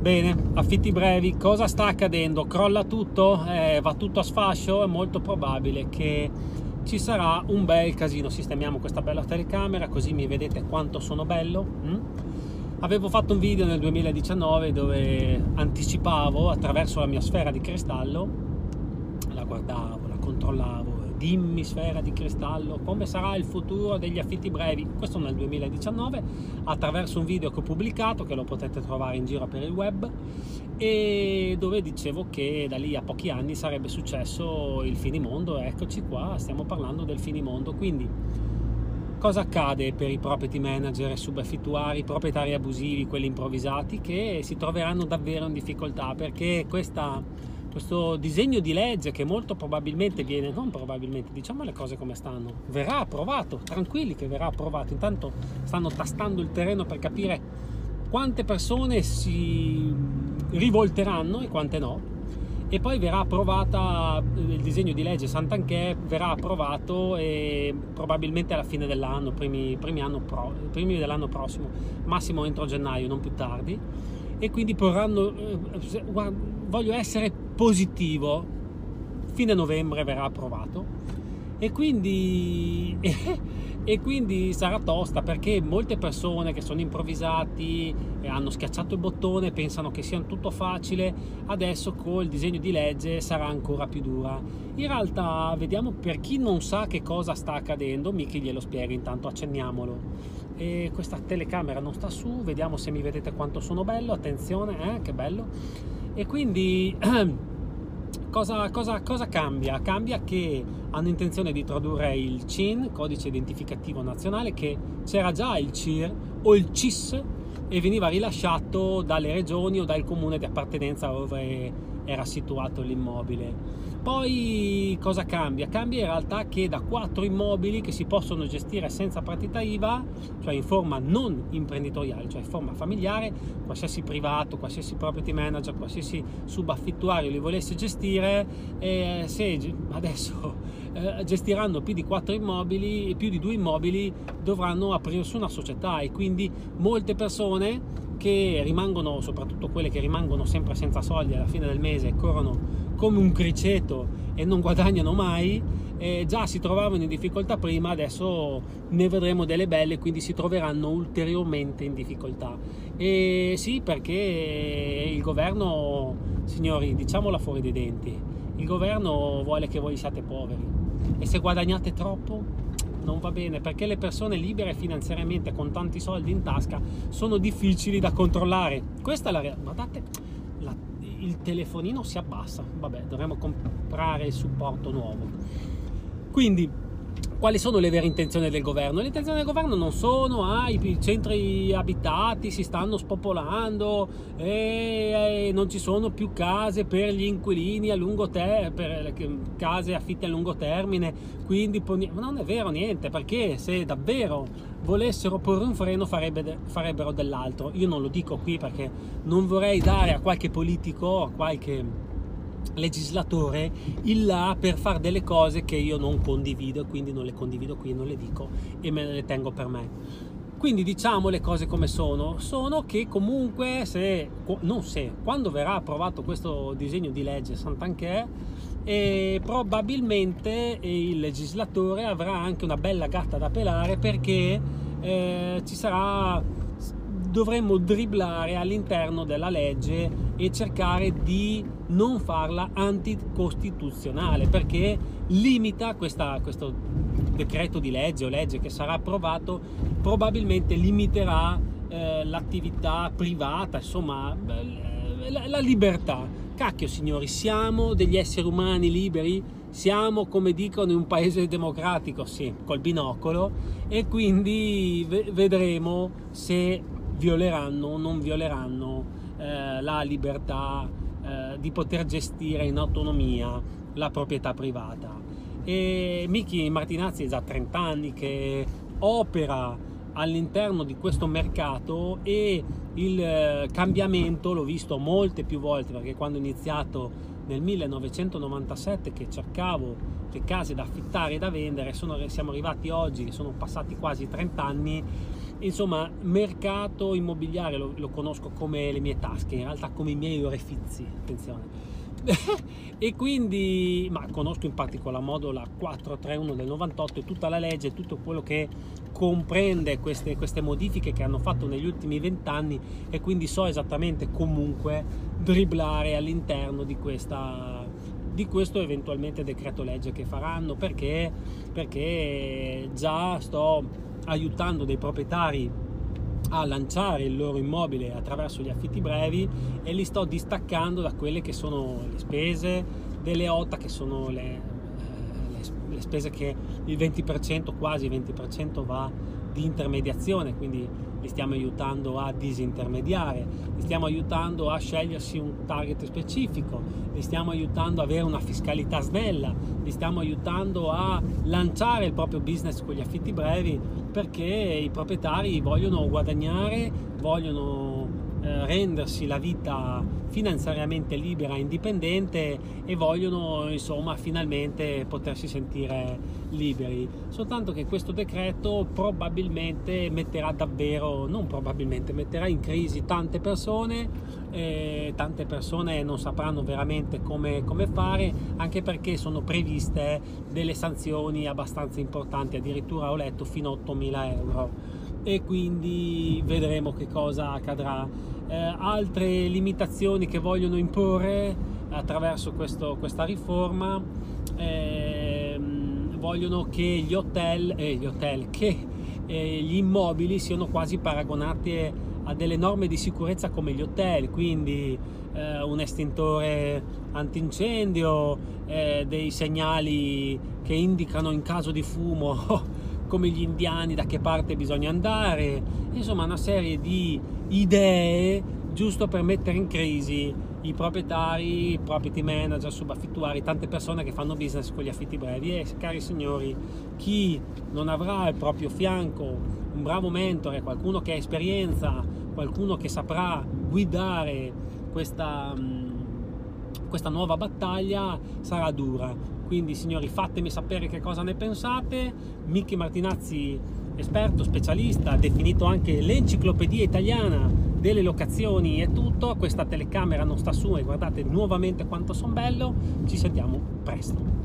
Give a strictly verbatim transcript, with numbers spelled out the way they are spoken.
Bene, affitti brevi, cosa sta accadendo? Crolla tutto? Eh, va tutto a sfascio? È molto probabile che ci sarà un bel casino. Sistemiamo questa bella telecamera così mi vedete quanto sono bello. Mm? Avevo fatto un video nel duemiladiciannove dove anticipavo attraverso la mia sfera di cristallo, la guardavo, la controllavo, dimmi sfera di cristallo, come sarà il futuro degli affitti brevi. Questo nel duemiladiciannove, attraverso un video che ho pubblicato, che lo potete trovare in giro per il web, e dove dicevo che da lì a pochi anni sarebbe successo il finimondo. Eccoci qua, stiamo parlando del finimondo. Quindi cosa accade per i property manager, subaffittuari, proprietari abusivi, quelli improvvisati, che si troveranno davvero in difficoltà, perché questa questo disegno di legge, che molto probabilmente viene, non probabilmente, diciamo le cose come stanno, verrà approvato, tranquilli che verrà approvato. Intanto stanno tastando il terreno per capire quante persone si rivolteranno e quante no, e poi verrà approvata il disegno di legge Santanchè, verrà approvato e probabilmente alla fine dell'anno, primi, primi, anno pro, primi dell'anno prossimo, massimo entro gennaio, non più tardi. E quindi porranno, eh, guarda, voglio essere positivo, fine novembre verrà approvato, e quindi e, e quindi sarà tosta, perché molte persone che sono improvvisati e hanno schiacciato il bottone pensano che sia tutto facile. Adesso col disegno di legge sarà ancora più dura. In realtà vediamo, per chi non sa che cosa sta accadendo, Miki glielo spiega, intanto accenniamolo. E questa telecamera non sta su, vediamo se mi vedete quanto sono bello, attenzione, eh, che bello. E quindi cosa, cosa, cosa cambia? Cambia che hanno intenzione di introdurre il C I N, codice identificativo nazionale, che c'era già il C I R o il C I S e veniva rilasciato dalle regioni o dal comune di appartenenza dove era situato l'immobile. Poi cosa cambia? Cambia in realtà che da quattro immobili che si possono gestire senza partita I V A, cioè in forma non imprenditoriale, cioè in forma familiare, qualsiasi privato, qualsiasi property manager, qualsiasi subaffittuario li volesse gestire, eh, se adesso eh, gestiranno più di quattro immobili e più di due immobili, dovranno aprirsi una società, e quindi molte persone che rimangono, soprattutto quelle che rimangono sempre senza soldi alla fine del mese, corrono come un criceto e non guadagnano mai, eh, già si trovavano in difficoltà prima, adesso ne vedremo delle belle, quindi si troveranno ulteriormente in difficoltà. E sì, perché il governo, signori, diciamola fuori dei denti, il governo vuole che voi siate poveri, e se guadagnate troppo non va bene, perché le persone libere finanziariamente con tanti soldi in tasca sono difficili da controllare. Questa è la realtà. Guardate, la, il telefonino si abbassa, vabbè, dovremmo comprare il supporto nuovo. Quindi quali sono le vere intenzioni del governo? Le intenzioni del governo non sono ah, i centri abitati si stanno spopolando e, e non ci sono più case per gli inquilini a lungo termine, per case affitte a lungo termine, quindi ma non è vero niente, perché se davvero volessero porre un freno farebbe, farebbero dell'altro. Io non lo dico qui perché non vorrei dare a qualche politico, a qualche legislatore il là per fare delle cose che io non condivido, e quindi non le condivido qui, non le dico e me le tengo per me. Quindi diciamo le cose come sono, sono che comunque se, non se, quando verrà approvato questo disegno di legge Santanchè, e probabilmente il legislatore avrà anche una bella gatta da pelare, perché eh, ci sarà, dovremmo dribblare all'interno della legge e cercare di non farla anticostituzionale, perché limita questa, questo decreto di legge o legge che sarà approvato, probabilmente limiterà eh, l'attività privata, insomma la, la libertà. Cacchio signori, siamo degli esseri umani liberi? Siamo, come dicono, in un paese democratico? Sì, col binocolo, e quindi vedremo se violeranno o non violeranno eh, la libertà eh, di poter gestire in autonomia la proprietà privata. E Miki Martinazzi è già trenta anni che opera all'interno di questo mercato, e il eh, cambiamento l'ho visto molte più volte, perché quando ho iniziato nel millenovecentonovantasette che cercavo le case da affittare e da vendere, sono, siamo arrivati oggi che sono passati quasi trenta anni, Insomma, mercato immobiliare lo, lo conosco come le mie tasche, in realtà come i miei orefizi, attenzione. E quindi, ma conosco in particolar modo la quattrocentotrentuno del novantotto e tutta la legge, tutto quello che comprende queste, queste modifiche che hanno fatto negli ultimi vent'anni, e quindi so esattamente comunque dribblare all'interno di questa di questo eventualmente decreto legge che faranno, perché perché già sto aiutando dei proprietari a lanciare il loro immobile attraverso gli affitti brevi, e li sto distaccando da quelle che sono le spese delle O T A, che sono le, eh, le, le spese che il venti per cento, quasi il venti per cento va di intermediazione, quindi li stiamo aiutando a disintermediare, li stiamo aiutando a scegliersi un target specifico, li stiamo aiutando ad avere una fiscalità snella, li stiamo aiutando a lanciare il proprio business con gli affitti brevi, perché i proprietari vogliono guadagnare, vogliono eh, rendersi la vita finanziariamente libera e indipendente, e vogliono insomma finalmente potersi sentire liberi. Soltanto che questo decreto probabilmente metterà davvero, non probabilmente, metterà in crisi tante persone, eh, tante persone non sapranno veramente come, come fare, anche perché sono previste delle sanzioni abbastanza importanti, addirittura ho letto fino a ottomila euro, e quindi vedremo che cosa accadrà. Eh, altre limitazioni che vogliono imporre attraverso questo, questa riforma, eh, vogliono che gli hotel, eh, gli hotel che eh, gli immobili siano quasi paragonati a delle norme di sicurezza come gli hotel, quindi eh, un estintore antincendio, eh, dei segnali che indicano in caso di fumo come gli indiani da che parte bisogna andare, insomma una serie di idee giusto per mettere in crisi i proprietari, i property manager, subaffittuari, tante persone che fanno business con gli affitti brevi. E cari signori, chi non avrà al proprio fianco un bravo mentore, qualcuno che ha esperienza, qualcuno che saprà guidare questa, questa nuova battaglia, sarà dura. Quindi signori, fatemi sapere che cosa ne pensate. Micchi Martinazzi, esperto, specialista, definito anche l'enciclopedia italiana delle locazioni e tutto. Questa telecamera non sta su, e guardate nuovamente quanto sono bello. Ci sentiamo presto.